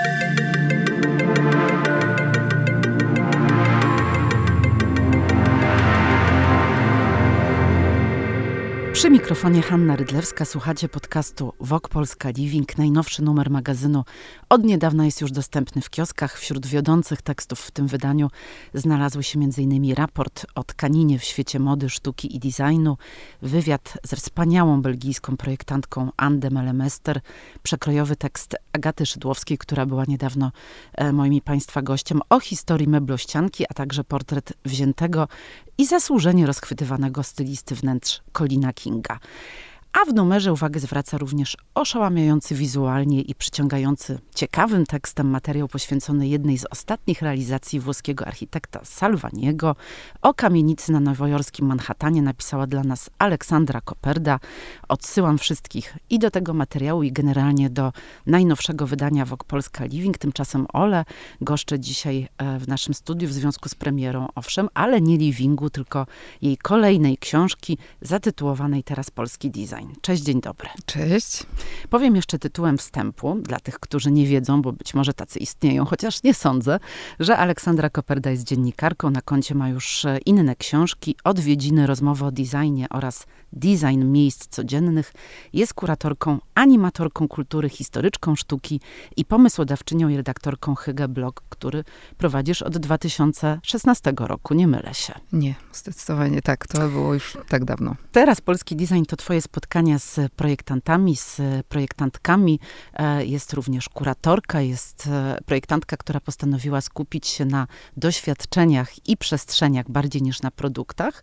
Przy mikrofonie Hanna Rydlewska, słuchacie podcastu Vogue Polska Living. Najnowszy numer magazynu od niedawna jest już dostępny w kioskach. Wśród wiodących tekstów w tym wydaniu znalazły się m.in. raport o tkaninie w świecie mody, sztuki i designu, wywiad ze wspaniałą belgijską projektantką Anne de Melemester, przekrojowy tekst Agaty Szydłowskiej, która była niedawno moim i Państwa gościem, o historii meblościanki, a także portret wziętego i zasłużenie rozchwytywanego stylisty wnętrz Colina Kinga. A w numerze uwagę zwraca również oszałamiający wizualnie i przyciągający ciekawym tekstem materiał poświęcony jednej z ostatnich realizacji włoskiego architekta Salvaniego. O kamienicy na nowojorskim Manhattanie napisała dla nas Aleksandra Koperda. Odsyłam wszystkich i do tego materiału, i generalnie do najnowszego wydania Vogue Polska Living. Tymczasem Ole goszczę dzisiaj w naszym studiu w związku z premierą, owszem, ale nie Livingu, tylko jej kolejnej książki zatytułowanej teraz Polski Design. Cześć, dzień dobry. Cześć. Powiem jeszcze tytułem wstępu, dla tych, którzy nie wiedzą, bo być może tacy istnieją, chociaż nie sądzę, że Aleksandra Koperda jest dziennikarką, na koncie ma już inne książki, Odwiedziny, rozmowy o designie oraz design miejsc codziennych. Jest kuratorką, animatorką kultury, historyczką sztuki i pomysłodawczynią i redaktorką Hygge Blog, który prowadzisz od 2016 roku, nie mylę się. Nie, zdecydowanie tak, to było już tak dawno. Teraz Polski Design to twoje spotkania z projektantami, z projektantkami. Jest również kuratorka, jest projektantka, która postanowiła skupić się na doświadczeniach i przestrzeniach bardziej niż na produktach.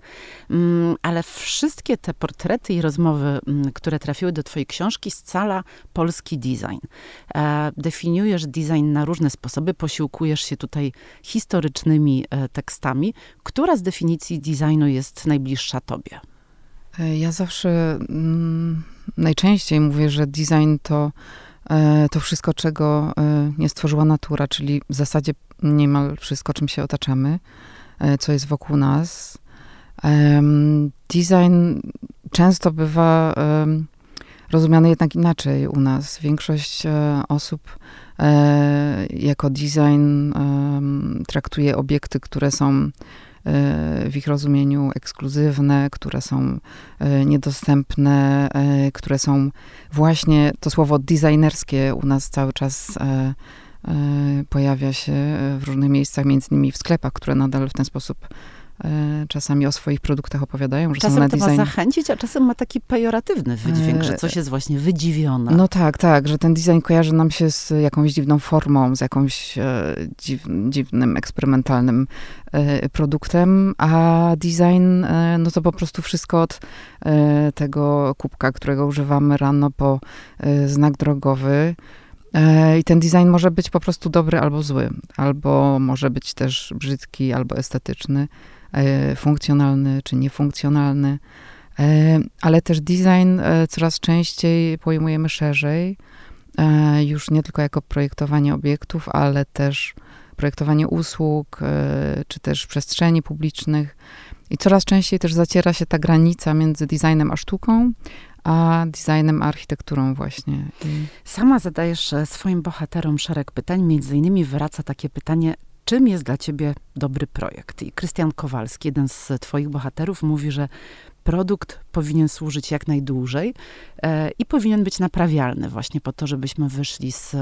Ale wszystkie te portrety i rozmowy, które trafiły do twojej książki, scala polski design. Definiujesz design na różne sposoby, posiłkujesz się tutaj historycznymi tekstami. Która z definicji designu jest najbliższa tobie? Ja zawsze najczęściej mówię, że design to wszystko, czego nie stworzyła natura, czyli w zasadzie niemal wszystko, czym się otaczamy, co jest wokół nas. Design często bywa rozumiany jednak inaczej u nas. Większość osób jako design traktuje obiekty, które są w ich rozumieniu ekskluzywne, które są niedostępne, które są właśnie, to słowo designerskie u nas cały czas pojawia się w różnych miejscach, między innymi w sklepach, które nadal w ten sposób czasami o swoich produktach opowiadają, że czasem są na to design. ma zachęcić, a czasem ma taki pejoratywny wydźwięk, że coś jest właśnie wydziwione. No tak, że ten design kojarzy nam się z jakąś dziwną formą, z jakimś dziwnym, eksperymentalnym produktem, a design, no to po prostu wszystko od tego kubka, którego używamy rano po znak drogowy. I ten design może być po prostu dobry albo zły, albo może być też brzydki, albo estetyczny, funkcjonalny czy niefunkcjonalny, ale też design coraz częściej pojmujemy szerzej, już nie tylko jako projektowanie obiektów, ale też projektowanie usług, czy też przestrzeni publicznych. I coraz częściej też zaciera się ta granica między designem a sztuką, a designem, a architekturą właśnie. Sama zadajesz swoim bohaterom szereg pytań, między innymi wraca takie pytanie, czym jest dla ciebie dobry projekt? I Krystian Kowalski, jeden z twoich bohaterów, mówi, że produkt powinien służyć jak najdłużej i powinien być naprawialny właśnie po to, żebyśmy wyszli z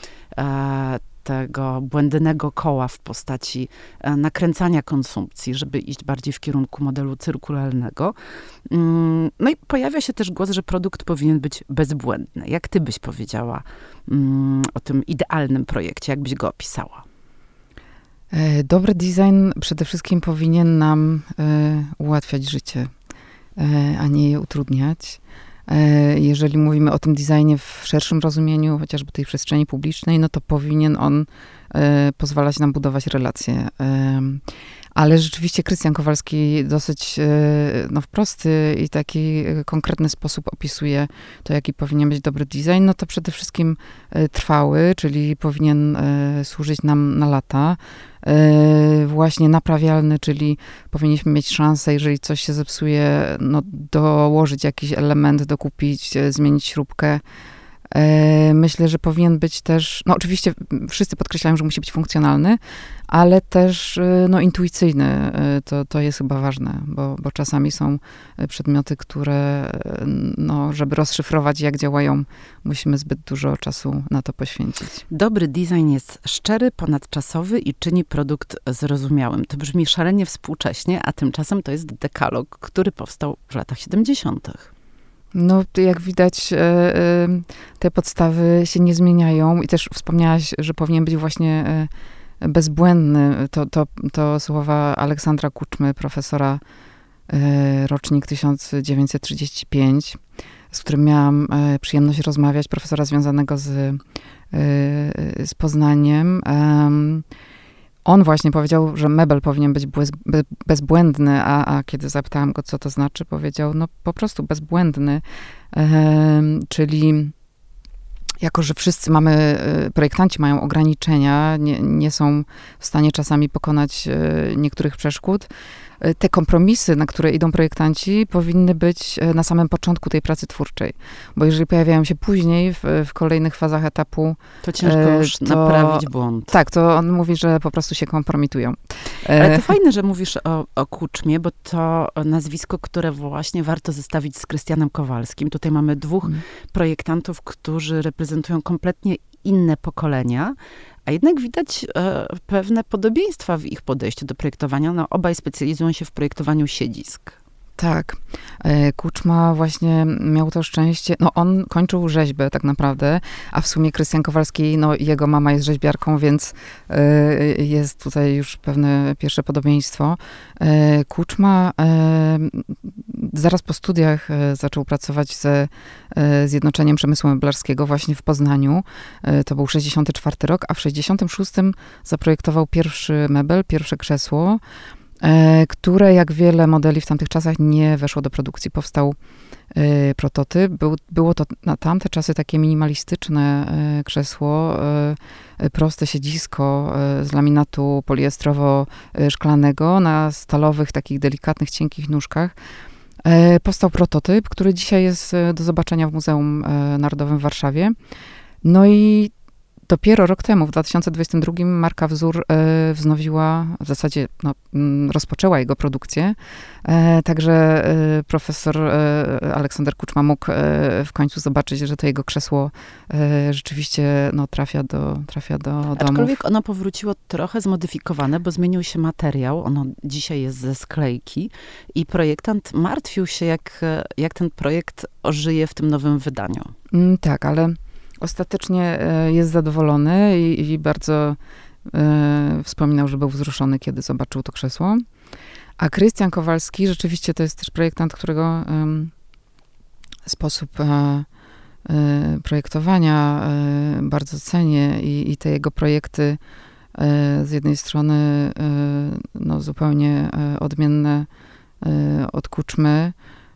tego błędnego koła w postaci nakręcania konsumpcji, żeby iść bardziej w kierunku modelu cyrkularnego. No i pojawia się też głos, że produkt powinien być bezbłędny. Jak ty byś powiedziała o tym idealnym projekcie? Jak byś go opisała? Dobry design przede wszystkim powinien nam ułatwiać życie, a nie je utrudniać. Jeżeli mówimy o tym designie w szerszym rozumieniu, chociażby tej przestrzeni publicznej, no to powinien on pozwalać nam budować relacje. Ale rzeczywiście Krystian Kowalski dosyć w prosty i taki konkretny sposób opisuje to, jaki powinien być dobry design. No to przede wszystkim trwały, czyli powinien służyć nam na lata. Właśnie naprawialny, czyli powinniśmy mieć szansę, jeżeli coś się zepsuje, no, dołożyć jakiś element, dokupić, zmienić śrubkę. Myślę, że powinien być też, no oczywiście wszyscy podkreślają, że musi być funkcjonalny, ale też intuicyjny. To jest chyba ważne, bo czasami są przedmioty, które, żeby rozszyfrować, jak działają, musimy zbyt dużo czasu na to poświęcić. Dobry design jest szczery, ponadczasowy i czyni produkt zrozumiałym. To brzmi szalenie współcześnie, a tymczasem to jest dekalog, który powstał w latach 70. No, jak widać, te podstawy się nie zmieniają i też wspomniałaś, że powinien być właśnie bezbłędny. To słowa Aleksandra Kuczmy, profesora, rocznik 1935, z którym miałam przyjemność rozmawiać, profesora związanego z Poznaniem. On właśnie powiedział, że mebel powinien być bezbłędny, a kiedy zapytałam go, co to znaczy, powiedział, po prostu bezbłędny, czyli jako, że wszyscy projektanci mają ograniczenia, nie są w stanie czasami pokonać niektórych przeszkód, te kompromisy, na które idą projektanci, powinny być na samym początku tej pracy twórczej. Bo jeżeli pojawiają się później, w kolejnych fazach etapu, to ciężko już naprawić błąd. Tak, to on mówi, że po prostu się kompromitują. Ale to fajne, że mówisz o Kuczmie, bo to nazwisko, które właśnie warto zestawić z Krystianem Kowalskim. Tutaj mamy dwóch projektantów, którzy reprezentują kompletnie inne pokolenia, a jednak widać pewne podobieństwa w ich podejściu do projektowania. Obaj specjalizują się w projektowaniu siedzisk. Tak. Kuczma właśnie miał to szczęście. On kończył rzeźbę tak naprawdę, a w sumie Krystian Kowalski, jego mama jest rzeźbiarką, więc jest tutaj już pewne pierwsze podobieństwo. Kuczma zaraz po studiach zaczął pracować ze Zjednoczeniem Przemysłu Meblarskiego właśnie w Poznaniu. To był 64 rok, a w 66 zaprojektował pierwszy mebel, pierwsze krzesło, które, jak wiele modeli w tamtych czasach, nie weszło do produkcji. Powstał prototyp. Było to na tamte czasy takie minimalistyczne krzesło, proste siedzisko z laminatu poliestrowo-szklanego na stalowych, takich delikatnych, cienkich nóżkach. Powstał prototyp, który dzisiaj jest do zobaczenia w Muzeum Narodowym w Warszawie. I dopiero rok temu, w 2022, marka Wzór wznowiła, w zasadzie rozpoczęła jego produkcję. Także profesor Aleksander Kuczma mógł w końcu zobaczyć, że to jego krzesło rzeczywiście trafia do domów. Aczkolwiek ono powróciło trochę zmodyfikowane, bo zmienił się materiał. Ono dzisiaj jest ze sklejki i projektant martwił się, jak ten projekt ożyje w tym nowym wydaniu. Tak, ale ostatecznie jest zadowolony i bardzo wspominał, że był wzruszony, kiedy zobaczył to krzesło. A Krystian Kowalski, rzeczywiście to jest też projektant, którego sposób projektowania bardzo cenię i te jego projekty z jednej strony zupełnie odmienne od Kuczmy.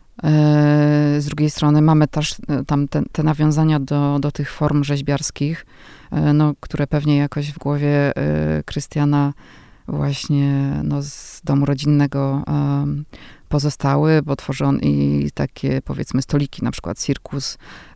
Z drugiej strony mamy też tam te nawiązania do tych form rzeźbiarskich, które pewnie jakoś w głowie Krystiana właśnie z domu rodzinnego pozostały, bo tworzy on i takie, powiedzmy, stoliki, na przykład cirkus,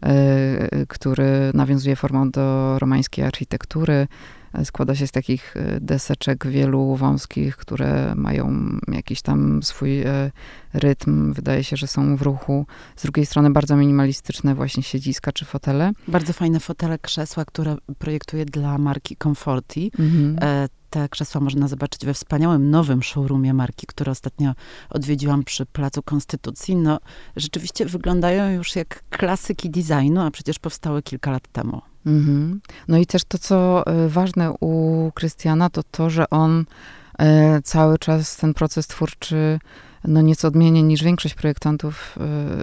który nawiązuje formą do romańskiej architektury. Składa się z takich deseczek wielu wąskich, które mają jakiś tam swój rytm. Wydaje się, że są w ruchu. Z drugiej strony bardzo minimalistyczne właśnie siedziska czy fotele. Bardzo fajne fotele, krzesła, które projektuje dla marki Comforti. Te krzesła można zobaczyć we wspaniałym nowym showroomie marki, który ostatnio odwiedziłam przy Placu Konstytucji. Rzeczywiście wyglądają już jak klasyki designu, a przecież powstały kilka lat temu. I też to, co ważne u Krystiana, to, że on cały czas ten proces twórczy nieco odmiennie niż większość projektantów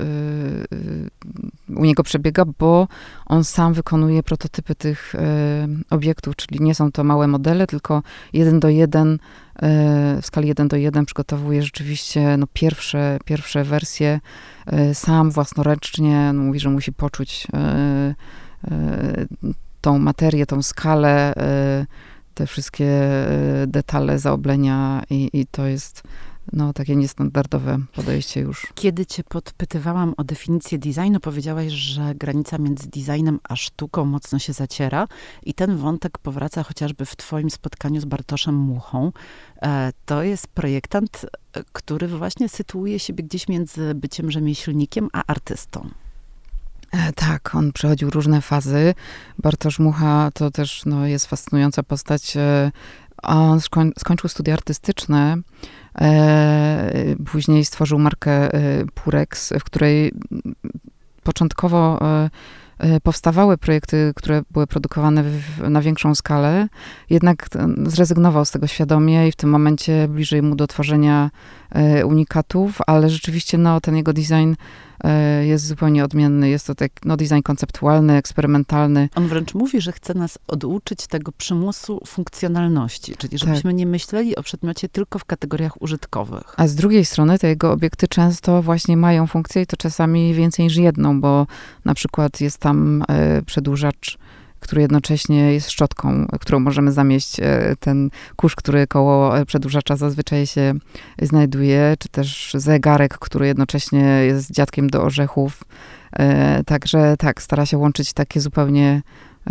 u niego przebiega, bo on sam wykonuje prototypy tych obiektów, czyli nie są to małe modele, tylko 1:1, w skali 1:1 przygotowuje rzeczywiście pierwsze wersje sam własnoręcznie. Mówi, że musi poczuć tą materię, tą skalę, te wszystkie detale, zaoblenia i to jest takie niestandardowe podejście już. Kiedy cię podpytywałam o definicję designu, powiedziałaś, że granica między designem a sztuką mocno się zaciera i ten wątek powraca chociażby w twoim spotkaniu z Bartoszem Muchą. To jest projektant, który właśnie sytuuje siebie gdzieś między byciem rzemieślnikiem a artystą. Tak, on przechodził różne fazy. Bartosz Mucha to też jest fascynująca postać. On skończył studia artystyczne, później stworzył markę Purex, w której początkowo powstawały projekty, które były produkowane na większą skalę, jednak zrezygnował z tego świadomie i w tym momencie bliżej mu do tworzenia unikatów, ale rzeczywiście ten jego design jest zupełnie odmienny. Jest to design konceptualny, eksperymentalny. On wręcz mówi, że chce nas oduczyć tego przymusu funkcjonalności, czyli żebyśmy nie myśleli o przedmiocie tylko w kategoriach użytkowych. A z drugiej strony te jego obiekty często właśnie mają funkcję i to czasami więcej niż jedną, bo na przykład jest tam przedłużacz, który jednocześnie jest szczotką, którą możemy zamieść ten kurz, który koło przedłużacza zazwyczaj się znajduje, czy też zegarek, który jednocześnie jest dziadkiem do orzechów. Także tak, stara się łączyć takie zupełnie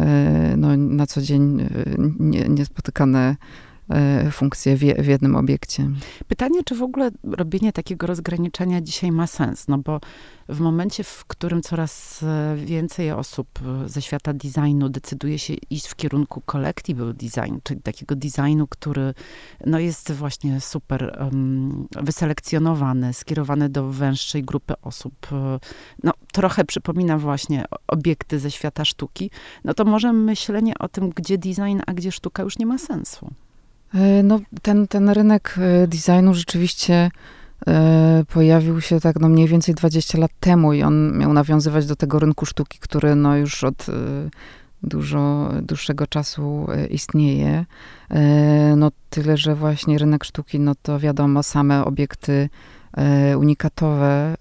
na co dzień niespotykane funkcje w jednym obiekcie. Pytanie, czy w ogóle robienie takiego rozgraniczenia dzisiaj ma sens? Bo w momencie, w którym coraz więcej osób ze świata designu decyduje się iść w kierunku collectible design, czyli takiego designu, który jest właśnie super wyselekcjonowany, skierowany do węższej grupy osób, trochę przypomina właśnie obiekty ze świata sztuki, to może myślenie o tym, gdzie design, a gdzie sztuka już nie ma sensu. Ten rynek designu rzeczywiście pojawił się tak mniej więcej 20 lat temu i on miał nawiązywać do tego rynku sztuki, który już od dużo dłuższego czasu istnieje. Tyle, że właśnie rynek sztuki, to wiadomo, same obiekty unikatowe,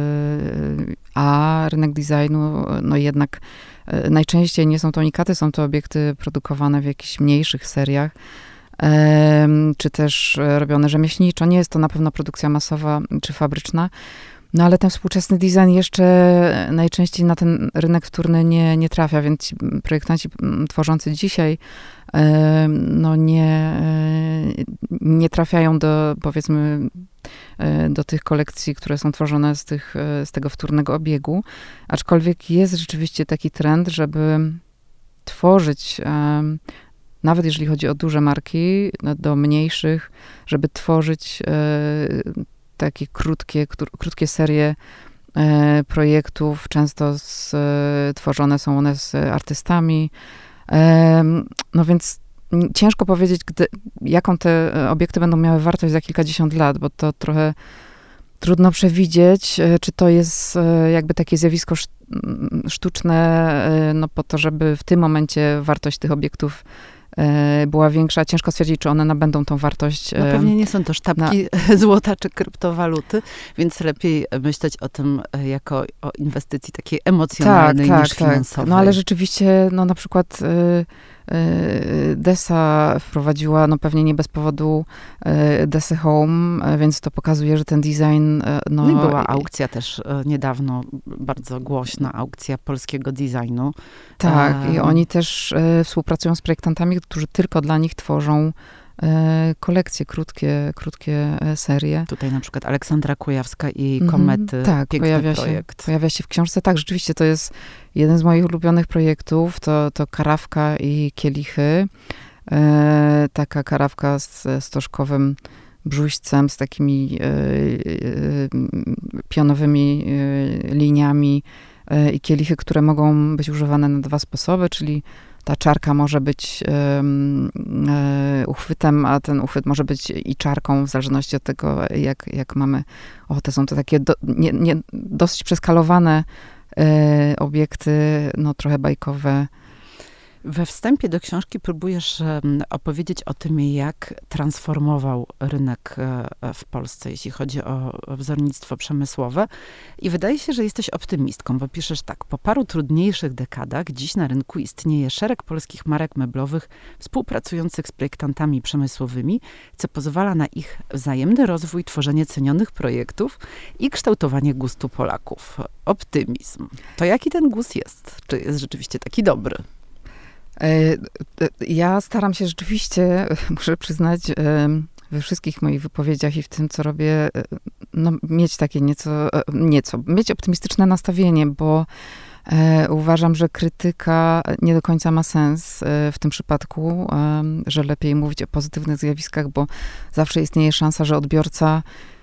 a rynek designu, jednak najczęściej nie są to unikaty, są to obiekty produkowane w jakichś mniejszych seriach, czy też robione rzemieślniczo. Nie jest to na pewno produkcja masowa czy fabryczna, ale ten współczesny design jeszcze najczęściej na ten rynek wtórny nie trafia, więc projektanci tworzący dzisiaj nie trafiają do, powiedzmy, do tych kolekcji, które są tworzone z tego wtórnego obiegu. Aczkolwiek jest rzeczywiście taki trend, żeby tworzyć nawet jeżeli chodzi o duże marki, do mniejszych, żeby tworzyć takie krótkie serie projektów. Często tworzone są one z artystami. Więc ciężko powiedzieć, jaką te obiekty będą miały wartość za kilkadziesiąt lat, bo to trochę trudno przewidzieć, czy to jest jakby takie zjawisko sztuczne, po to, żeby w tym momencie wartość tych obiektów była większa. Ciężko stwierdzić, czy one nabędą tą wartość. Pewnie nie są to sztabki złota czy kryptowaluty, więc lepiej myśleć o tym jako o inwestycji takiej emocjonalnej niż finansowej. Ale rzeczywiście, na przykład Desa wprowadziła, pewnie nie bez powodu, Desę Home, więc to pokazuje, że ten design... I była aukcja też niedawno, bardzo głośna aukcja polskiego designu. Tak, i oni też współpracują z projektantami, którzy tylko dla nich tworzą kolekcje, krótkie serie. Tutaj na przykład Aleksandra Kujawska i Komety. Tak, piękny projekt. Pojawia się w książce. Tak, rzeczywiście to jest jeden z moich ulubionych projektów. To karawka i kielichy. Taka karawka z stożkowym brzuźcem, z takimi pionowymi liniami i kielichy, które mogą być używane na dwa sposoby, czyli ta czarka może być uchwytem, a ten uchwyt może być i czarką, w zależności od tego, jak mamy ochotę. Są to takie dosyć przeskalowane obiekty, trochę bajkowe. We wstępie do książki próbujesz opowiedzieć o tym, jak transformował rynek w Polsce, jeśli chodzi o wzornictwo przemysłowe. I wydaje się, że jesteś optymistką, bo piszesz tak. Po paru trudniejszych dekadach dziś na rynku istnieje szereg polskich marek meblowych współpracujących z projektantami przemysłowymi, co pozwala na ich wzajemny rozwój, tworzenie cenionych projektów i kształtowanie gustu Polaków. Optymizm. To jaki ten gust jest? Czy jest rzeczywiście taki dobry? Ja staram się rzeczywiście, muszę przyznać, we wszystkich moich wypowiedziach i w tym, co robię, no, mieć takie mieć optymistyczne nastawienie, bo uważam, że krytyka nie do końca ma sens w tym przypadku, że lepiej mówić o pozytywnych zjawiskach, bo zawsze istnieje szansa, że odbiorca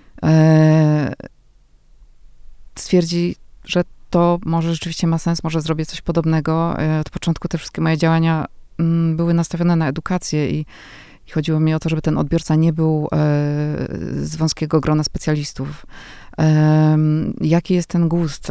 stwierdzi, że to może rzeczywiście ma sens, może zrobię coś podobnego. Od początku te wszystkie moje działania były nastawione na edukację i chodziło mi o to, żeby ten odbiorca nie był z wąskiego grona specjalistów. Jaki jest ten gust?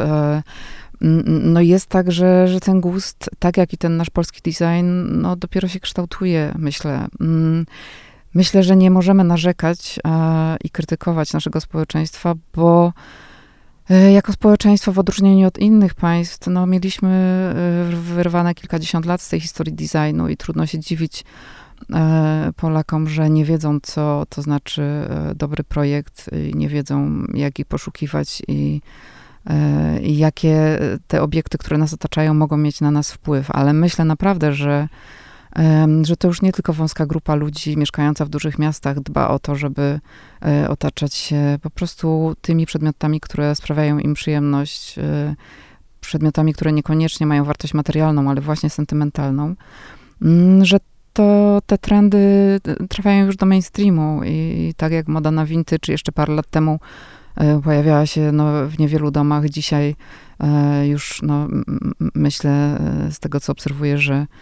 No jest tak, że ten gust, tak jak i ten nasz polski design, no dopiero się kształtuje, myślę. Myślę, że nie możemy narzekać i krytykować naszego społeczeństwa, bo jako społeczeństwo, w odróżnieniu od innych państw, no, mieliśmy wyrwane kilkadziesiąt lat z tej historii designu i trudno się dziwić Polakom, że nie wiedzą, co to znaczy dobry projekt, nie wiedzą, jak ich poszukiwać i jakie te obiekty, które nas otaczają, mogą mieć na nas wpływ. Ale myślę naprawdę, że to już nie tylko wąska grupa ludzi mieszkająca w dużych miastach dba o to, żeby otaczać się po prostu tymi przedmiotami, które sprawiają im przyjemność, przedmiotami, które niekoniecznie mają wartość materialną, ale właśnie sentymentalną, że te trendy trafiają już do mainstreamu i tak jak moda na vintage jeszcze parę lat temu pojawiała się w niewielu domach, dzisiaj już myślę z tego, co obserwuję,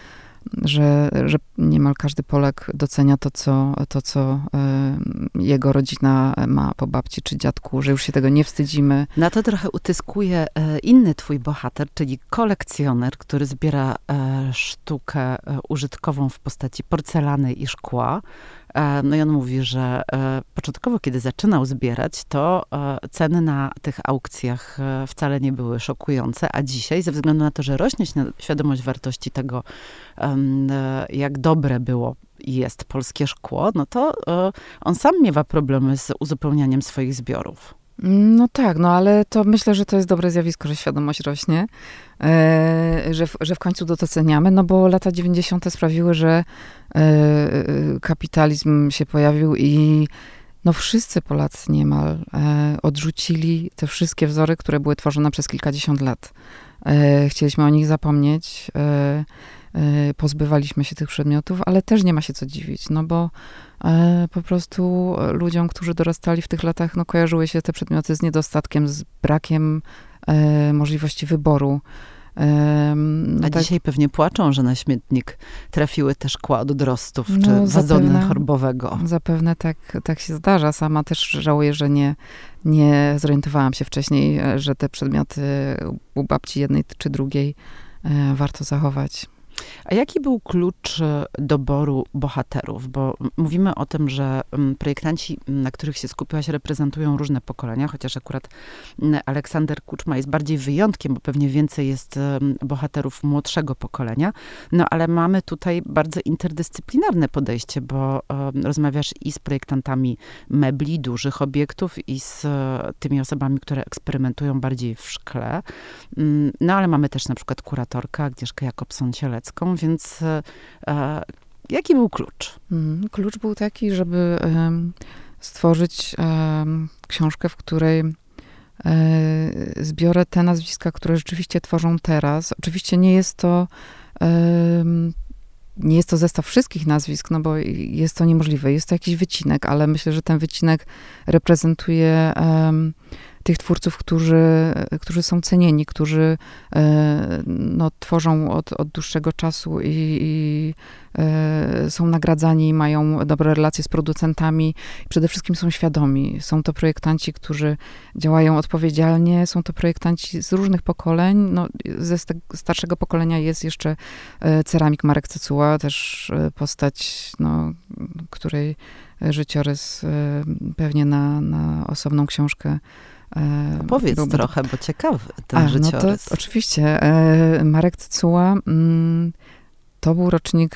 że niemal każdy Polak docenia to, co jego rodzina ma po babci czy dziadku, że już się tego nie wstydzimy. Na to trochę utyskuje inny twój bohater, czyli kolekcjoner, który zbiera sztukę użytkową w postaci porcelany i szkła. No i on mówi, że początkowo, kiedy zaczynał zbierać, to ceny na tych aukcjach wcale nie były szokujące, a dzisiaj, ze względu na to, że rośnie świadomość wartości tego, jak dobre było i jest polskie szkło, no to on sam miewa problemy z uzupełnianiem swoich zbiorów. No tak, ale to myślę, że to jest dobre zjawisko, że świadomość rośnie, że w końcu to doceniamy, no bo lata 90. sprawiły, że kapitalizm się pojawił i wszyscy Polacy niemal odrzucili te wszystkie wzory, które były tworzone przez kilkadziesiąt lat. Chcieliśmy o nich zapomnieć, pozbywaliśmy się tych przedmiotów, ale też nie ma się co dziwić, bo po prostu ludziom, którzy dorastali w tych latach, kojarzyły się te przedmioty z niedostatkiem, z brakiem możliwości wyboru. A dzisiaj pewnie płaczą, że na śmietnik trafiły te szkła od odrostów, czy wazony chorbowego. Zapewne tak się zdarza. Sama też żałuję, że nie zorientowałam się wcześniej, że te przedmioty u babci jednej czy drugiej warto zachować. A jaki był klucz doboru bohaterów? Bo mówimy o tym, że projektanci, na których się skupiłaś, reprezentują różne pokolenia, chociaż akurat Aleksander Kuczma jest bardziej wyjątkiem, bo pewnie więcej jest bohaterów młodszego pokolenia. Ale mamy tutaj bardzo interdyscyplinarne podejście, bo rozmawiasz i z projektantami mebli, dużych obiektów, i z tymi osobami, które eksperymentują bardziej w szkle. Ale mamy też na przykład kuratorkę Agnieszkę Jakobson-Cielecką, więc jaki był klucz? Klucz był taki, żeby stworzyć książkę, w której zbiorę te nazwiska, które rzeczywiście tworzą teraz. Oczywiście nie jest to zestaw wszystkich nazwisk, bo jest to niemożliwe. Jest to jakiś wycinek, ale myślę, że ten wycinek reprezentuje tych twórców, którzy są cenieni, którzy tworzą od dłuższego czasu i są nagradzani, mają dobre relacje z producentami. Przede wszystkim są świadomi. Są to projektanci, którzy działają odpowiedzialnie. Są to projektanci z różnych pokoleń. No, ze starszego pokolenia jest jeszcze ceramik Marek Cecuła, też postać, której życiorys pewnie na osobną książkę. Powiedz trochę, bo ciekawy ten życiorys. To oczywiście. Marek Cecuła to był rocznik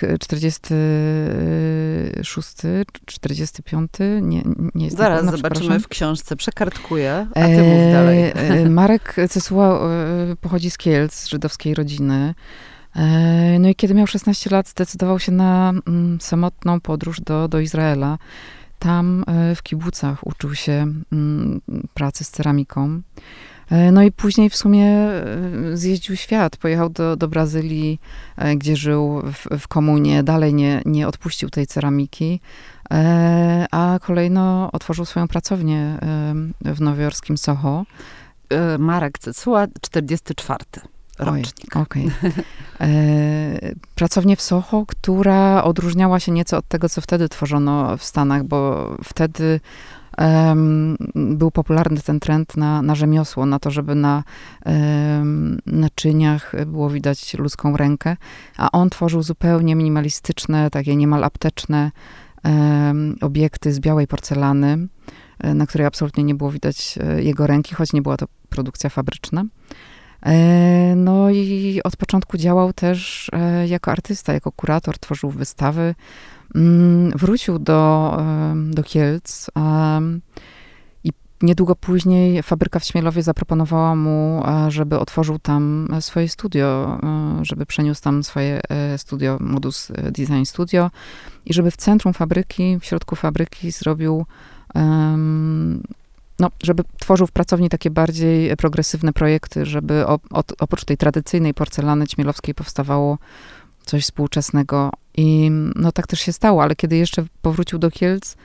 46, 45, nie jest. Zaraz zobaczymy w książce, przekartkuję, a ty mów dalej. Marek Cecuła pochodzi z Kielc, z żydowskiej rodziny. No i kiedy miał 16 lat, zdecydował się na samotną podróż do Izraela. Tam w kibucach uczył się pracy z ceramiką. No i później w sumie zjeździł świat. Pojechał do Brazylii, gdzie żył w komunie. Dalej nie odpuścił tej ceramiki. A kolejno otworzył swoją pracownię w nowojorskim Soho. Marek Cecuła, 44. rocznik. Okej. Pracownię w Soho, która odróżniała się nieco od tego, co wtedy tworzono w Stanach, bo wtedy był popularny ten trend na rzemiosło, na to, żeby na naczyniach było widać ludzką rękę, a on tworzył zupełnie minimalistyczne, takie niemal apteczne obiekty z białej porcelany, na której absolutnie nie było widać jego ręki, choć nie była to produkcja fabryczna. No i od początku działał też jako artysta, jako kurator, tworzył wystawy. Wrócił do Kielc i niedługo później fabryka w Śmielowie zaproponowała mu, żeby otworzył tam swoje studio, żeby przeniósł tam swoje studio, Modus Design Studio i żeby w centrum fabryki, w środku fabryki zrobił żeby tworzył w pracowni takie bardziej progresywne projekty, żeby oprócz tej tradycyjnej porcelany ćmielowskiej powstawało coś współczesnego. I tak też się stało, ale kiedy jeszcze powrócił do Kielc,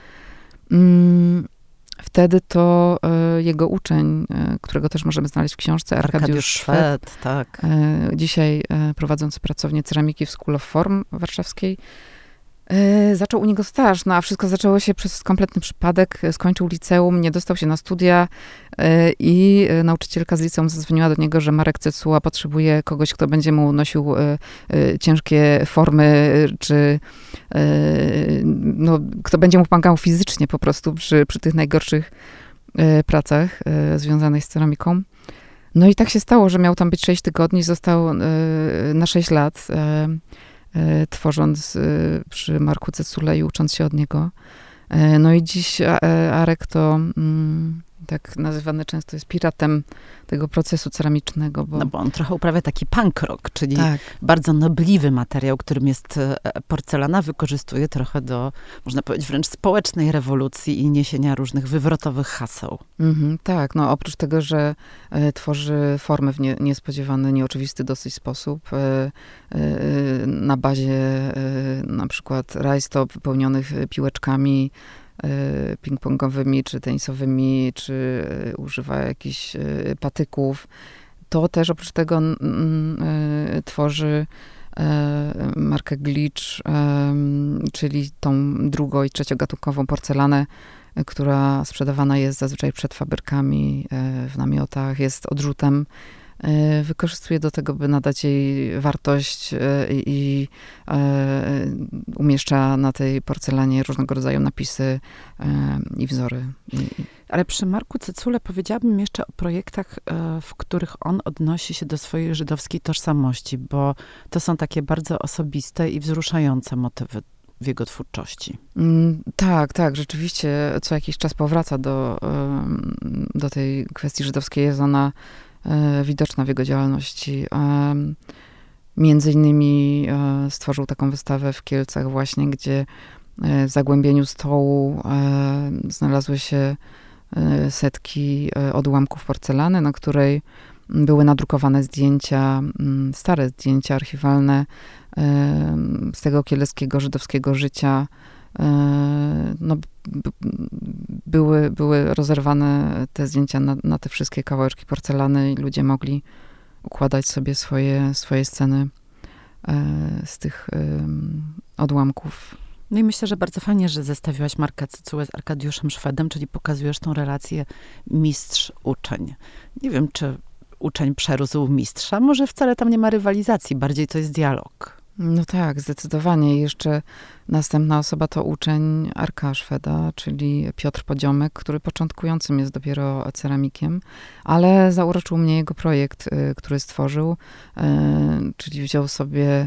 wtedy to jego uczeń, którego też możemy znaleźć w książce, Arkadiusz Szwed, tak. Dzisiaj prowadzący pracownię ceramiki w School of Form warszawskiej, zaczął u niego staż, a wszystko zaczęło się przez kompletny przypadek. Skończył liceum, nie dostał się na studia i nauczycielka z liceum zadzwoniła do niego, że Marek Cecuła potrzebuje kogoś, kto będzie mu nosił ciężkie formy, czy kto będzie mu pomagał fizycznie po prostu przy tych najgorszych pracach związanych z ceramiką. No i tak się stało, że miał tam być 6 tygodni, został na 6 lat, tworząc przy Marku Cecule i ucząc się od niego. No i dziś Arek to tak nazywany często jest piratem tego procesu ceramicznego. Bo on trochę uprawia taki punk rock, czyli bardzo nobliwy materiał, którym jest porcelana, wykorzystuje trochę do, można powiedzieć, wręcz społecznej rewolucji i niesienia różnych wywrotowych haseł. Tak, oprócz tego, że tworzy formy w niespodziewany, nieoczywisty dosyć sposób, na bazie na przykład rajstop wypełnionych piłeczkami ping-pongowymi, czy tenisowymi, czy używa jakichś patyków. To też oprócz tego tworzy markę Glitch, czyli tą drugo- i trzeciogatunkową porcelanę, która sprzedawana jest zazwyczaj przed fabrykami, w namiotach, jest odrzutem. Wykorzystuje do tego, by nadać jej wartość i umieszcza na tej porcelanie różnego rodzaju napisy i wzory. Ale przy Marku Cecule powiedziałabym jeszcze o projektach, w których on odnosi się do swojej żydowskiej tożsamości, bo to są takie bardzo osobiste i wzruszające motywy w jego twórczości. Tak, rzeczywiście co jakiś czas powraca do tej kwestii żydowskiej. Jest ona widoczna w jego działalności. Między innymi stworzył taką wystawę w Kielcach właśnie, gdzie w zagłębieniu stołu znalazły się setki odłamków porcelany, na której były nadrukowane zdjęcia, stare zdjęcia archiwalne z tego kieleckiego, żydowskiego życia no, były rozerwane te zdjęcia na te wszystkie kawałeczki porcelany i ludzie mogli układać sobie swoje sceny z tych odłamków. No i myślę, że bardzo fajnie, że zestawiłaś Marka Cycułę z Arkadiuszem Szwedem, czyli pokazujesz tą relację mistrz-uczeń. Nie wiem, czy uczeń przerósł mistrza, może wcale tam nie ma rywalizacji, bardziej to jest dialog. No tak, zdecydowanie. I jeszcze następna osoba to uczeń Arka Szweda, czyli Piotr Podziomek, który początkującym jest dopiero ceramikiem, ale zauroczył mnie jego projekt, który stworzył, czyli wziął sobie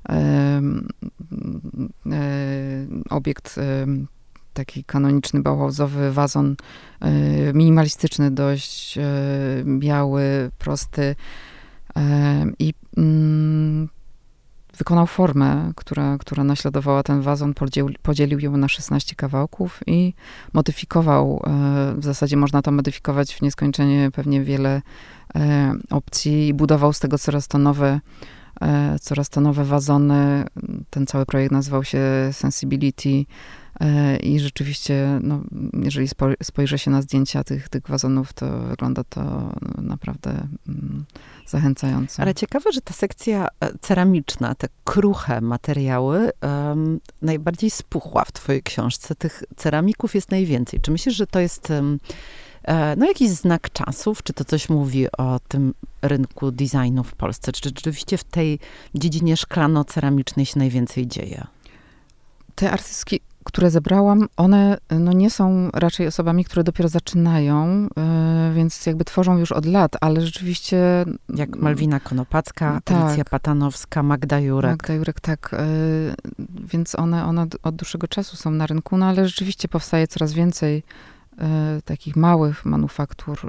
obiekt, taki kanoniczny, bauhausowy wazon, minimalistyczny dość, biały, prosty i wykonał formę, która naśladowała ten wazon, podzielił ją na 16 kawałków i modyfikował. W zasadzie można to modyfikować w nieskończenie pewnie wiele opcji i budował z tego coraz to nowe wazony. Ten cały projekt nazywał się Sensibility i rzeczywiście, no, jeżeli spojrzy się na zdjęcia tych wazonów, to wygląda to naprawdę zachęcająco. Ale ciekawe, że ta sekcja ceramiczna, te kruche materiały najbardziej spuchła w twojej książce. Tych ceramików jest najwięcej. Czy myślisz, że to jest jakiś znak czasów? Czy to coś mówi o tym rynku designu w Polsce? Czy rzeczywiście w tej dziedzinie szklano-ceramicznej się najwięcej dzieje? Te artystki, które zebrałam, one no, nie są raczej osobami, które dopiero zaczynają, więc jakby tworzą już od lat, ale rzeczywiście... Jak Malwina Konopacka, tak, Alicja Patanowska, Magda Jurek. Magda Jurek, tak. Więc one od dłuższego czasu są na rynku, no ale rzeczywiście powstaje coraz więcej takich małych manufaktur,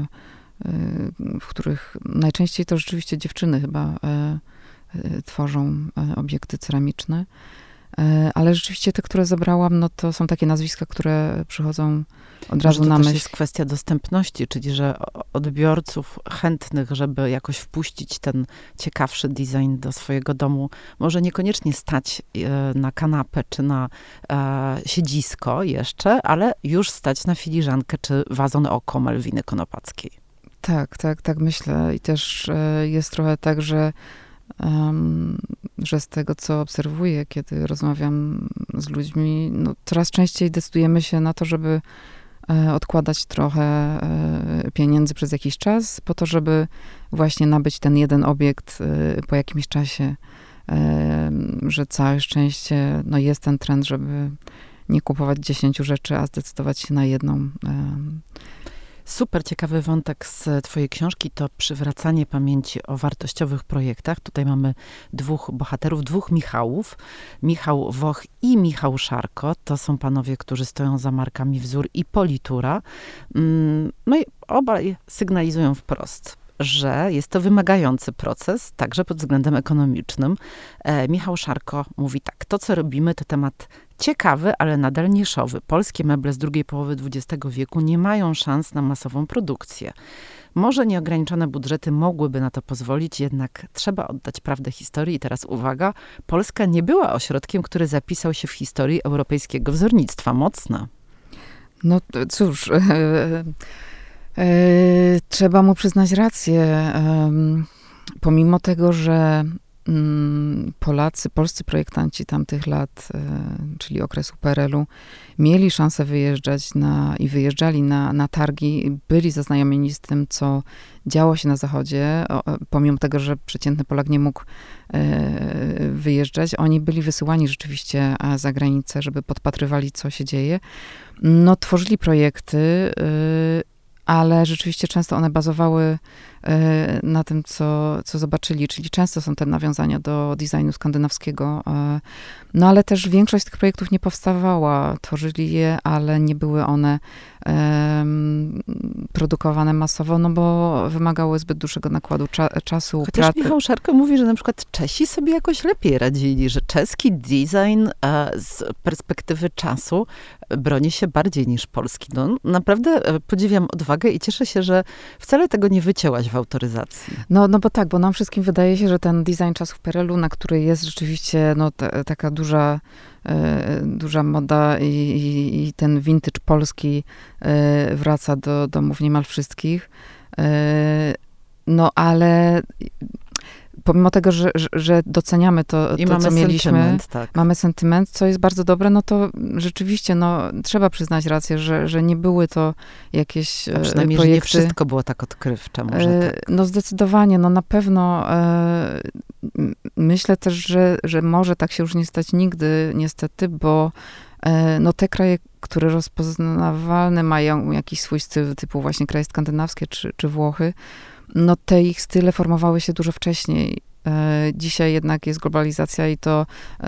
w których najczęściej to rzeczywiście dziewczyny chyba tworzą obiekty ceramiczne. Ale rzeczywiście te, które zebrałam, no to są takie nazwiska, które przychodzą od razu na myśl. To też jest kwestia dostępności, czyli że odbiorców chętnych, żeby jakoś wpuścić ten ciekawszy design do swojego domu, może niekoniecznie stać na kanapę czy na siedzisko jeszcze, ale już stać na filiżankę czy wazon oko Malwiny Konopackiej. Tak myślę. I też jest trochę tak, że z tego, co obserwuję, kiedy rozmawiam z ludźmi, no, coraz częściej decydujemy się na to, żeby odkładać trochę pieniędzy przez jakiś czas, po to, żeby właśnie nabyć ten jeden obiekt po jakimś czasie, że całe szczęście, no, jest ten trend, żeby nie kupować 10 rzeczy, a zdecydować się na jedną. Super ciekawy wątek z twojej książki to przywracanie pamięci o wartościowych projektach. Tutaj mamy dwóch bohaterów, dwóch Michałów. Michał Woch i Michał Szarko. To są panowie, którzy stoją za markami Wzór i Politura. No i obaj sygnalizują wprost, że jest to wymagający proces, także pod względem ekonomicznym. Michał Szarko mówi tak, to co robimy to temat ciekawy, ale nadal niszowy. Polskie meble z drugiej połowy XX wieku nie mają szans na masową produkcję. Może nieograniczone budżety mogłyby na to pozwolić, jednak trzeba oddać prawdę historii. I teraz uwaga, Polska nie była ośrodkiem, który zapisał się w historii europejskiego wzornictwa. Mocno. No cóż... Trzeba mu przyznać rację. Pomimo tego, że polscy projektanci tamtych lat, czyli okresu PRL-u, mieli szansę wyjeżdżać i wyjeżdżali na targi, byli zaznajomieni z tym, co działo się na Zachodzie, pomimo tego, że przeciętny Polak nie mógł wyjeżdżać, oni byli wysyłani rzeczywiście za granicę, żeby podpatrywali, co się dzieje. No, tworzyli projekty, ale rzeczywiście często one bazowały na tym, co zobaczyli, czyli często są te nawiązania do designu skandynawskiego. No ale też większość tych projektów nie powstawała. Tworzyli je, ale nie były one produkowane masowo, no bo wymagały zbyt dużego nakładu czasu, Chociaż pracy. Michał Szarko mówi, że na przykład Czesi sobie jakoś lepiej radzili, że czeski design z perspektywy czasu broni się bardziej niż polski. No, naprawdę podziwiam odwagę i cieszę się, że wcale tego nie wycięłaś w autoryzacji. No bo tak, bo nam wszystkim wydaje się, że ten design czasów PRL-u, na który jest rzeczywiście taka duża moda i ten vintage polski wraca do domów niemal wszystkich. No ale pomimo tego, że doceniamy to co mieliśmy, mamy sentyment, co jest bardzo dobre, no to rzeczywiście, trzeba przyznać rację, że nie były to jakieś a przynajmniej, projekty. Że nie wszystko było tak odkrywcze, może tak. No zdecydowanie, na pewno myślę też, że może tak się już nie stać nigdy, niestety, bo te kraje, które rozpoznawalne mają jakiś swój styl, typu właśnie kraje skandynawskie czy Włochy, te ich style formowały się dużo wcześniej. Dzisiaj jednak jest globalizacja i to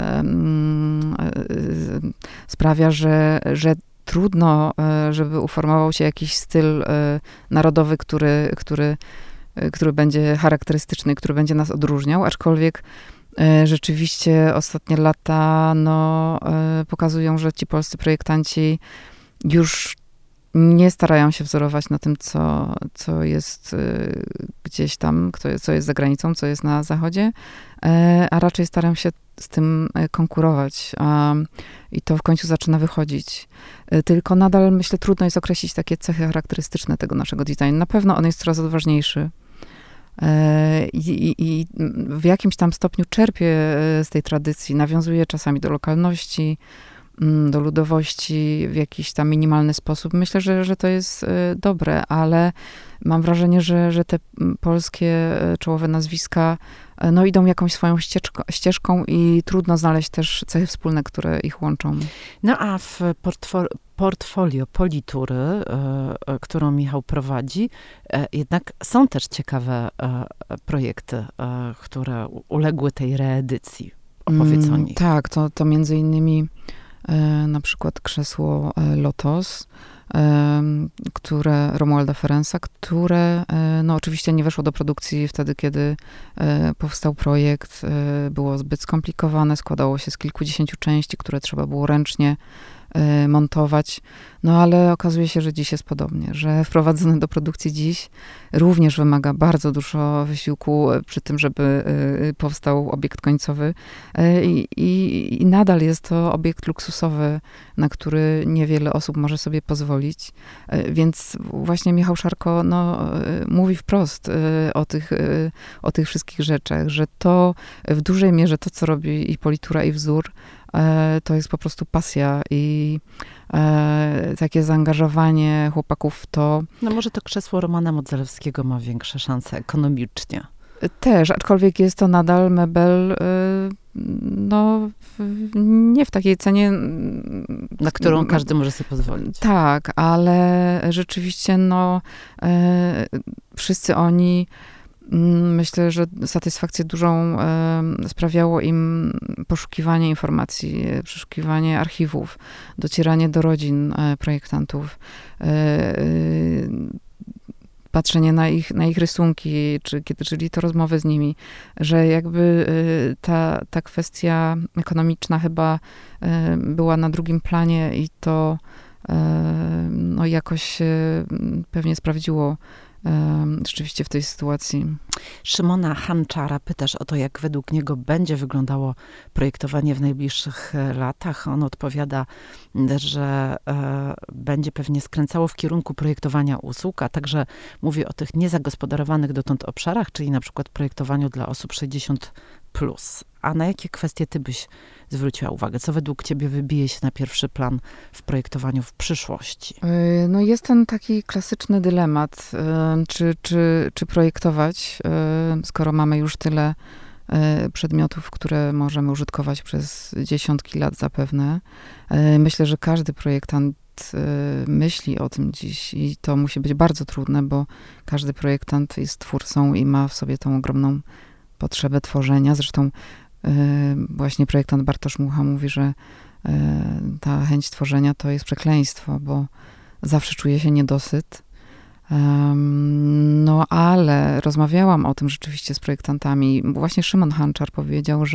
sprawia, że trudno, żeby uformował się jakiś styl narodowy, który będzie charakterystyczny, który będzie nas odróżniał, aczkolwiek rzeczywiście ostatnie lata pokazują, że ci polscy projektanci już nie starają się wzorować na tym, co jest gdzieś tam, co jest za granicą, co jest na zachodzie, a raczej starają się z tym konkurować. I to w końcu zaczyna wychodzić. Tylko nadal, myślę, trudno jest określić takie cechy charakterystyczne tego naszego designu. Na pewno on jest coraz odważniejszy. I w jakimś tam stopniu czerpie z tej tradycji, nawiązuje czasami do lokalności, do ludowości w jakiś tam minimalny sposób. Myślę, że to jest dobre, ale mam wrażenie, że te polskie czołowe nazwiska idą jakąś swoją ścieżką i trudno znaleźć też cechy wspólne, które ich łączą. No a w portfolio Politury, którą Michał prowadzi, jednak są też ciekawe projekty, które uległy tej reedycji. Opowiedz o nich. Tak, to między innymi na przykład krzesło Lotos, Romualda Ferencza, które oczywiście nie weszło do produkcji wtedy, kiedy powstał projekt. Było zbyt skomplikowane, składało się z kilkudziesięciu części, które trzeba było ręcznie montować. Ale okazuje się, że dziś jest podobnie, że wprowadzone do produkcji dziś również wymaga bardzo dużo wysiłku przy tym, żeby powstał obiekt końcowy. I nadal jest to obiekt luksusowy, na który niewiele osób może sobie pozwolić. Więc właśnie Michał Szarko mówi wprost o tych wszystkich rzeczach, że to w dużej mierze to, co robi i Politura, i Wzór, to jest po prostu pasja i takie zaangażowanie chłopaków w to. Może to krzesło Romana Modzelewskiego ma większe szanse ekonomicznie. Też, aczkolwiek jest to nadal mebel, nie w takiej cenie, na którą każdy może sobie pozwolić. Tak, ale rzeczywiście, wszyscy oni, myślę, że satysfakcję dużą sprawiało im poszukiwanie informacji, przeszukiwanie archiwów, docieranie do rodzin projektantów, patrzenie na ich rysunki, czyli to rozmowy z nimi, że jakby ta kwestia ekonomiczna chyba była na drugim planie i to jakoś się pewnie sprawdziło rzeczywiście w tej sytuacji. Szymona Hanczara pytasz o to, jak według niego będzie wyglądało projektowanie w najbliższych latach. On odpowiada, że będzie pewnie skręcało w kierunku projektowania usług, a także mówi o tych niezagospodarowanych dotąd obszarach, czyli na przykład projektowaniu dla osób 60+. A na jakie kwestie ty byś zwróciła uwagę? Co według ciebie wybije się na pierwszy plan w projektowaniu w przyszłości? Jest ten taki klasyczny dylemat, czy projektować, skoro mamy już tyle przedmiotów, które możemy użytkować przez dziesiątki lat zapewne. Myślę, że każdy projektant myśli o tym dziś i to musi być bardzo trudne, bo każdy projektant jest twórcą i ma w sobie tą ogromną potrzebę tworzenia. Zresztą właśnie projektant Bartosz Mucha mówi, że ta chęć tworzenia to jest przekleństwo, bo zawsze czuje się niedosyt. Ale rozmawiałam o tym rzeczywiście z projektantami. Właśnie Szymon Hanczar powiedział,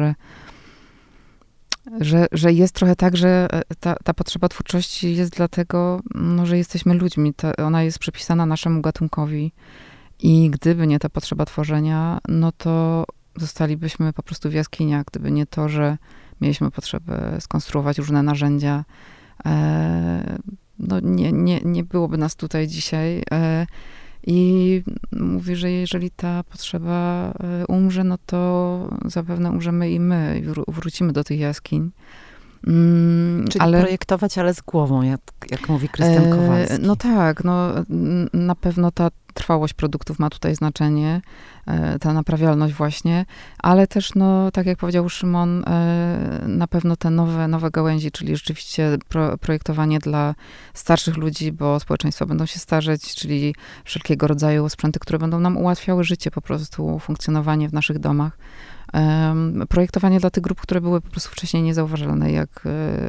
że jest trochę tak, że ta potrzeba twórczości jest dlatego, że jesteśmy ludźmi. Ona jest przypisana naszemu gatunkowi I gdyby nie ta potrzeba tworzenia, no to zostalibyśmy po prostu w jaskiniach. Gdyby nie to, że mieliśmy potrzebę skonstruować różne narzędzia, no nie byłoby nas tutaj dzisiaj. I mówi, że jeżeli ta potrzeba umrze, no to zapewne umrzemy i my i wrócimy do tych jaskiń. Czyli projektować, ale z głową, jak mówi Krystian Kowalski. No tak, na pewno ta trwałość produktów ma tutaj znaczenie, ta naprawialność właśnie, ale też, tak jak powiedział Szymon, na pewno te nowe gałęzi, czyli rzeczywiście projektowanie dla starszych ludzi, bo społeczeństwa będą się starzeć, czyli wszelkiego rodzaju sprzęty, które będą nam ułatwiały życie, po prostu funkcjonowanie w naszych domach. Projektowanie dla tych grup, które były po prostu wcześniej niezauważalne, jak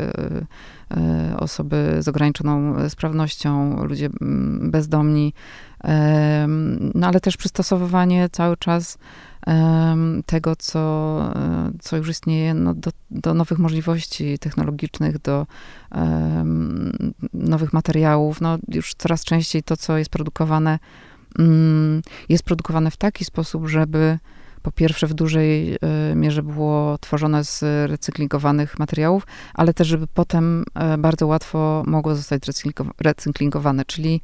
osoby z ograniczoną sprawnością, ludzie bezdomni, ale też przystosowywanie cały czas tego, co już istnieje, do nowych możliwości technologicznych, do nowych materiałów. Już coraz częściej to, co jest produkowane w taki sposób, żeby po pierwsze w dużej mierze było tworzone z recyklingowanych materiałów, ale też, żeby potem bardzo łatwo mogło zostać recyklingowane. Czyli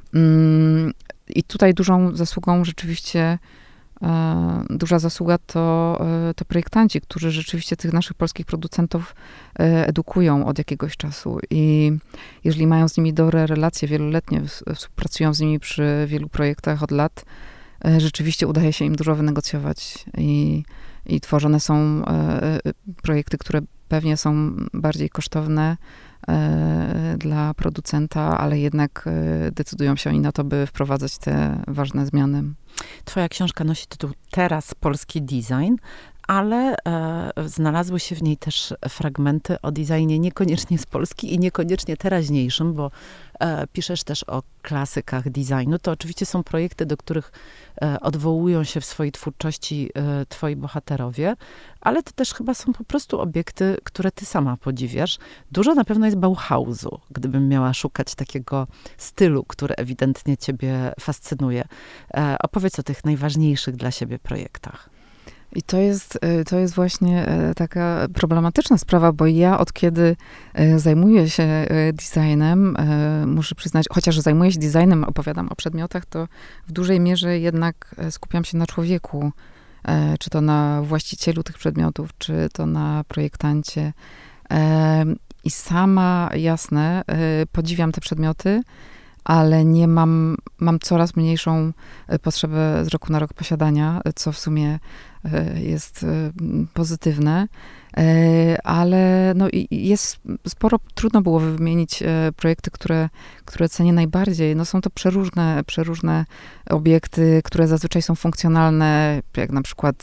i tutaj dużą zasługą rzeczywiście, duża zasługa to projektanci, którzy rzeczywiście tych naszych polskich producentów edukują od jakiegoś czasu. I jeżeli mają z nimi dobre relacje wieloletnie, współpracują z nimi przy wielu projektach od lat, rzeczywiście udaje się im dużo wynegocjować i tworzone są projekty, które pewnie są bardziej kosztowne dla producenta, ale jednak decydują się oni na to, by wprowadzać te ważne zmiany. Twoja książka nosi tytuł Teraz polski design, ale znalazły się w niej też fragmenty o designie niekoniecznie z Polski i niekoniecznie teraźniejszym, bo piszesz też o klasykach designu. To oczywiście są projekty, do których odwołują się w swojej twórczości twoi bohaterowie, ale to też chyba są po prostu obiekty, które ty sama podziwiasz. Dużo na pewno jest Bauhausu, gdybym miała szukać takiego stylu, który ewidentnie ciebie fascynuje. Opowiedz o tych najważniejszych dla siebie projektach. I to jest właśnie taka problematyczna sprawa, bo ja od kiedy zajmuję się designem, muszę przyznać, chociaż zajmuję się designem, opowiadam o przedmiotach, to w dużej mierze jednak skupiam się na człowieku, czy to na właścicielu tych przedmiotów, czy to na projektancie. I sama, jasne, podziwiam te przedmioty, ale mam coraz mniejszą potrzebę z roku na rok posiadania, co w sumie jest pozytywne, ale jest sporo, trudno było wymienić projekty, które cenię najbardziej. Są to przeróżne obiekty, które zazwyczaj są funkcjonalne, jak na przykład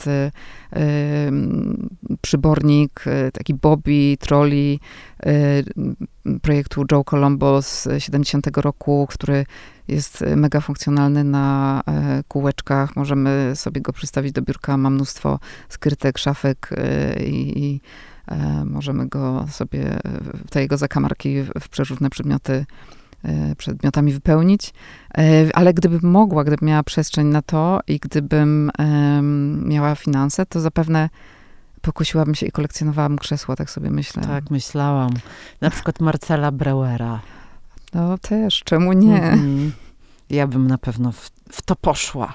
przybornik, taki Bobby, trolley, projektu Joe Colombo z 70 roku, który jest mega funkcjonalny na kółeczkach. Możemy sobie go przystawić do biurka. Ma mnóstwo skrytek, szafek i możemy go sobie, te jego zakamarki w przeróżne przedmiotami wypełnić. Ale gdybym miała przestrzeń na to i gdybym miała finanse, to zapewne pokusiłabym się i kolekcjonowałabym krzesła, tak sobie myślę. Tak, myślałam. Na przykład Marcela Breuera. No też, czemu nie? Ja bym na pewno w to poszła.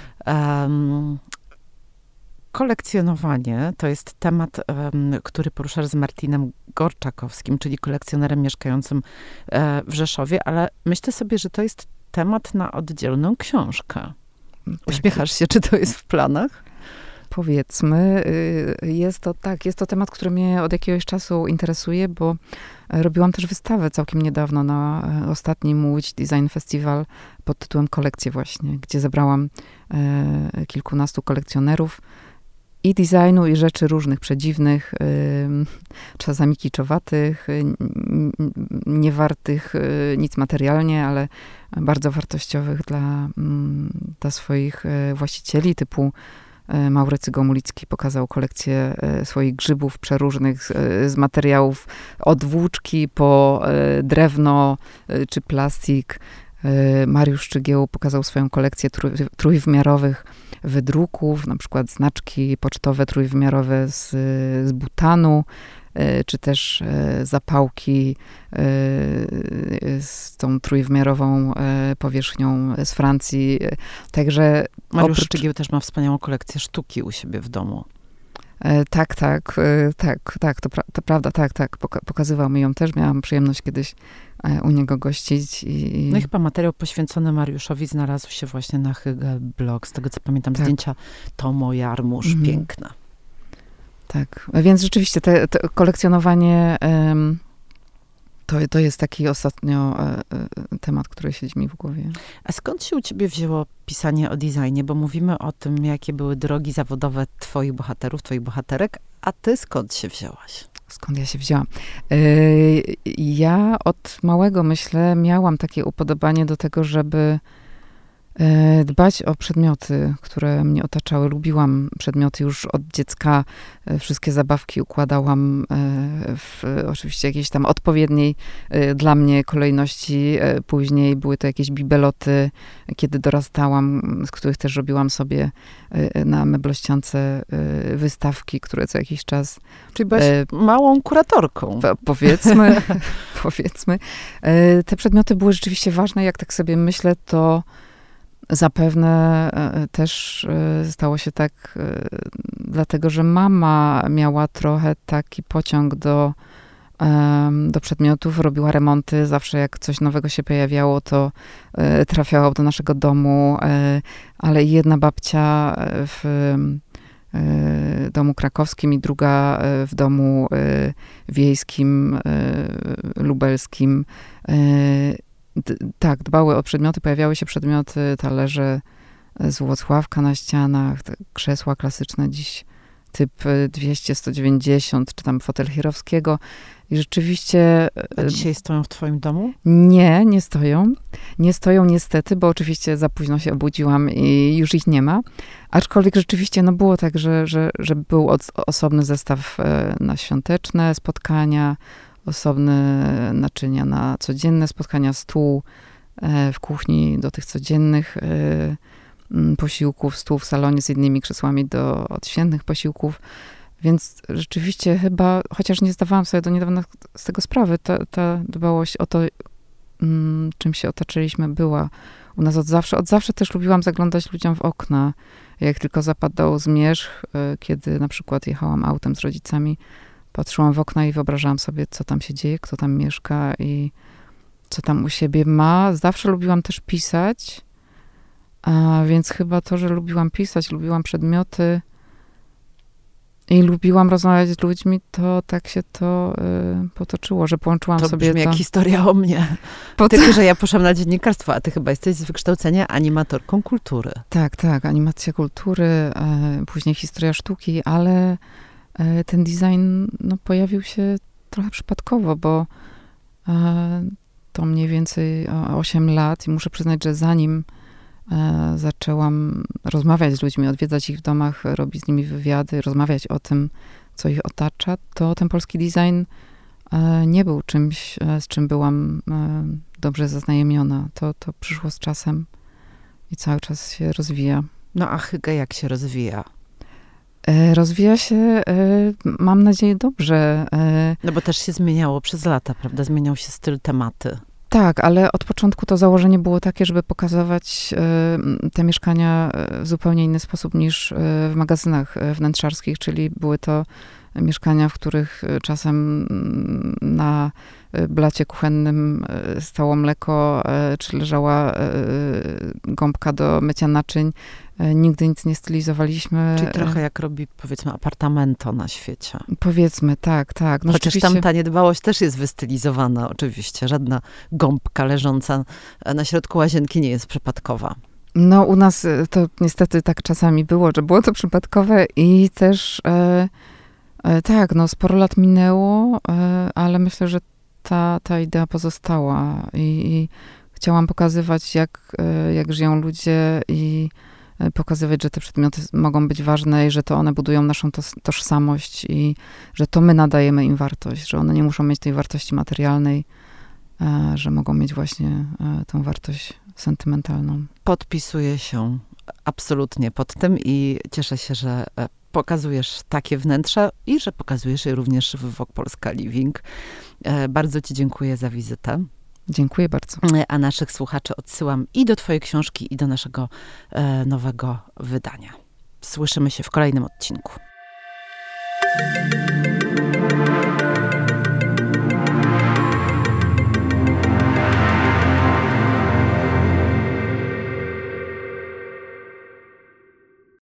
Kolekcjonowanie to jest temat, który poruszasz z Martinem Gorczakowskim, czyli kolekcjonerem mieszkającym w Rzeszowie, ale myślę sobie, że to jest temat na oddzielną książkę. Uśmiechasz się, czy to jest w planach? Powiedzmy, jest to temat, który mnie od jakiegoś czasu interesuje, bo robiłam też wystawę całkiem niedawno na ostatnim Łódź Design Festival pod tytułem Kolekcje właśnie, gdzie zebrałam kilkunastu kolekcjonerów i designu, i rzeczy różnych, przedziwnych, czasami kiczowatych, niewartych nic materialnie, ale bardzo wartościowych dla swoich właścicieli, typu Maurycy Gomulicki pokazał kolekcję swoich grzybów przeróżnych z materiałów od włóczki po drewno czy plastik. Mariusz Szczygieł pokazał swoją kolekcję trójwymiarowych wydruków, na przykład znaczki pocztowe trójwymiarowe z Butanu, czy też zapałki z tą trójwymiarową powierzchnią z Francji. Także Mariusz Szczygieł też ma wspaniałą kolekcję sztuki u siebie w domu. Tak, to prawda, tak. Pokazywał mi ją też. Miałam przyjemność kiedyś u niego gościć. No i chyba materiał poświęcony Mariuszowi znalazł się właśnie na Hygge Blog. Z tego, co pamiętam, zdjęcia Tomo Jarmusz, piękna. Tak, więc rzeczywiście to kolekcjonowanie to jest taki ostatnio temat, który siedzi mi w głowie. A skąd się u ciebie wzięło pisanie o designie? Bo mówimy o tym, jakie były drogi zawodowe twoich bohaterów, twoich bohaterek, a ty skąd się wzięłaś? Skąd ja się wzięłam? Ja od małego, myślę, miałam takie upodobanie do tego, żeby dbać o przedmioty, które mnie otaczały. Lubiłam przedmioty już od dziecka. Wszystkie zabawki układałam w oczywiście jakiejś tam odpowiedniej dla mnie kolejności. Później były to jakieś bibeloty, kiedy dorastałam, z których też robiłam sobie na meblościance wystawki, które co jakiś czas... Czyli byłaś małą kuratorką. Powiedzmy. Te przedmioty były rzeczywiście ważne. Jak tak sobie myślę, to zapewne też stało się tak dlatego, że mama miała trochę taki pociąg do przedmiotów, robiła remonty. Zawsze jak coś nowego się pojawiało, to trafiało do naszego domu, ale jedna babcia w domu krakowskim i druga w domu wiejskim, lubelskim. Tak, dbały o przedmioty, pojawiały się przedmioty, talerze z Włocławka na ścianach, krzesła klasyczne dziś typ 200, 190, czy tam fotel Chirowskiego. I rzeczywiście... A dzisiaj stoją w twoim domu? Nie, nie stoją. Nie stoją niestety, bo oczywiście za późno się obudziłam i już ich nie ma. Aczkolwiek rzeczywiście było tak, że był osobny zestaw na świąteczne spotkania, osobne naczynia na codzienne spotkania, stół w kuchni do tych codziennych posiłków, stół w salonie z jednymi krzesłami do odświętnych posiłków. Więc rzeczywiście chyba, chociaż nie zdawałam sobie do niedawna z tego sprawy, ta dbałość o to, czym się otaczyliśmy, była u nas od zawsze. Od zawsze też lubiłam zaglądać ludziom w okna. Jak tylko zapadał zmierzch, kiedy na przykład jechałam autem z rodzicami, patrzyłam w okna i wyobrażałam sobie, co tam się dzieje, kto tam mieszka i co tam u siebie ma. Zawsze lubiłam też pisać, a więc chyba to, że lubiłam pisać, lubiłam przedmioty i lubiłam rozmawiać z ludźmi, to tak się to potoczyło, że połączyłam sobie to. To brzmi jak historia o mnie. Tylko, że ja poszłam na dziennikarstwo, a ty chyba jesteś z wykształcenia animatorką kultury. Tak, animacja kultury, później historia sztuki, ale ten design pojawił się trochę przypadkowo, bo to mniej więcej 8 lat i muszę przyznać, że zanim zaczęłam rozmawiać z ludźmi, odwiedzać ich w domach, robić z nimi wywiady, rozmawiać o tym, co ich otacza, to ten polski design nie był czymś, z czym byłam dobrze zaznajomiona. To przyszło z czasem i cały czas się rozwija. No a Hygge jak się rozwija? Rozwija się, mam nadzieję, dobrze. No bo też się zmieniało przez lata, prawda? Zmieniał się styl, tematy. Tak, ale od początku to założenie było takie, żeby pokazywać te mieszkania w zupełnie inny sposób niż w magazynach wnętrzarskich, czyli były to mieszkania, w których czasem na blacie kuchennym stało mleko, czy leżała gąbka do mycia naczyń. Nigdy nic nie stylizowaliśmy. Czyli trochę jak robi, powiedzmy, apartamento na świecie. Powiedzmy, tak. No chociaż tam ta niedbałość też jest wystylizowana, oczywiście. Żadna gąbka leżąca na środku łazienki nie jest przypadkowa. No u nas to niestety tak czasami było, że było to przypadkowe i też tak, sporo lat minęło, ale myślę, że ta idea pozostała i chciałam pokazywać, jak żyją ludzie i pokazywać, że te przedmioty mogą być ważne i że to one budują naszą tożsamość i że to my nadajemy im wartość, że one nie muszą mieć tej wartości materialnej, że mogą mieć właśnie tą wartość sentymentalną. Podpisuję się absolutnie pod tym i cieszę się, że pokazujesz takie wnętrza i że pokazujesz je również w Vogue Polska Living. Bardzo ci dziękuję za wizytę. Dziękuję bardzo. A naszych słuchaczy odsyłam i do twojej książki, i do naszego nowego wydania. Słyszymy się w kolejnym odcinku.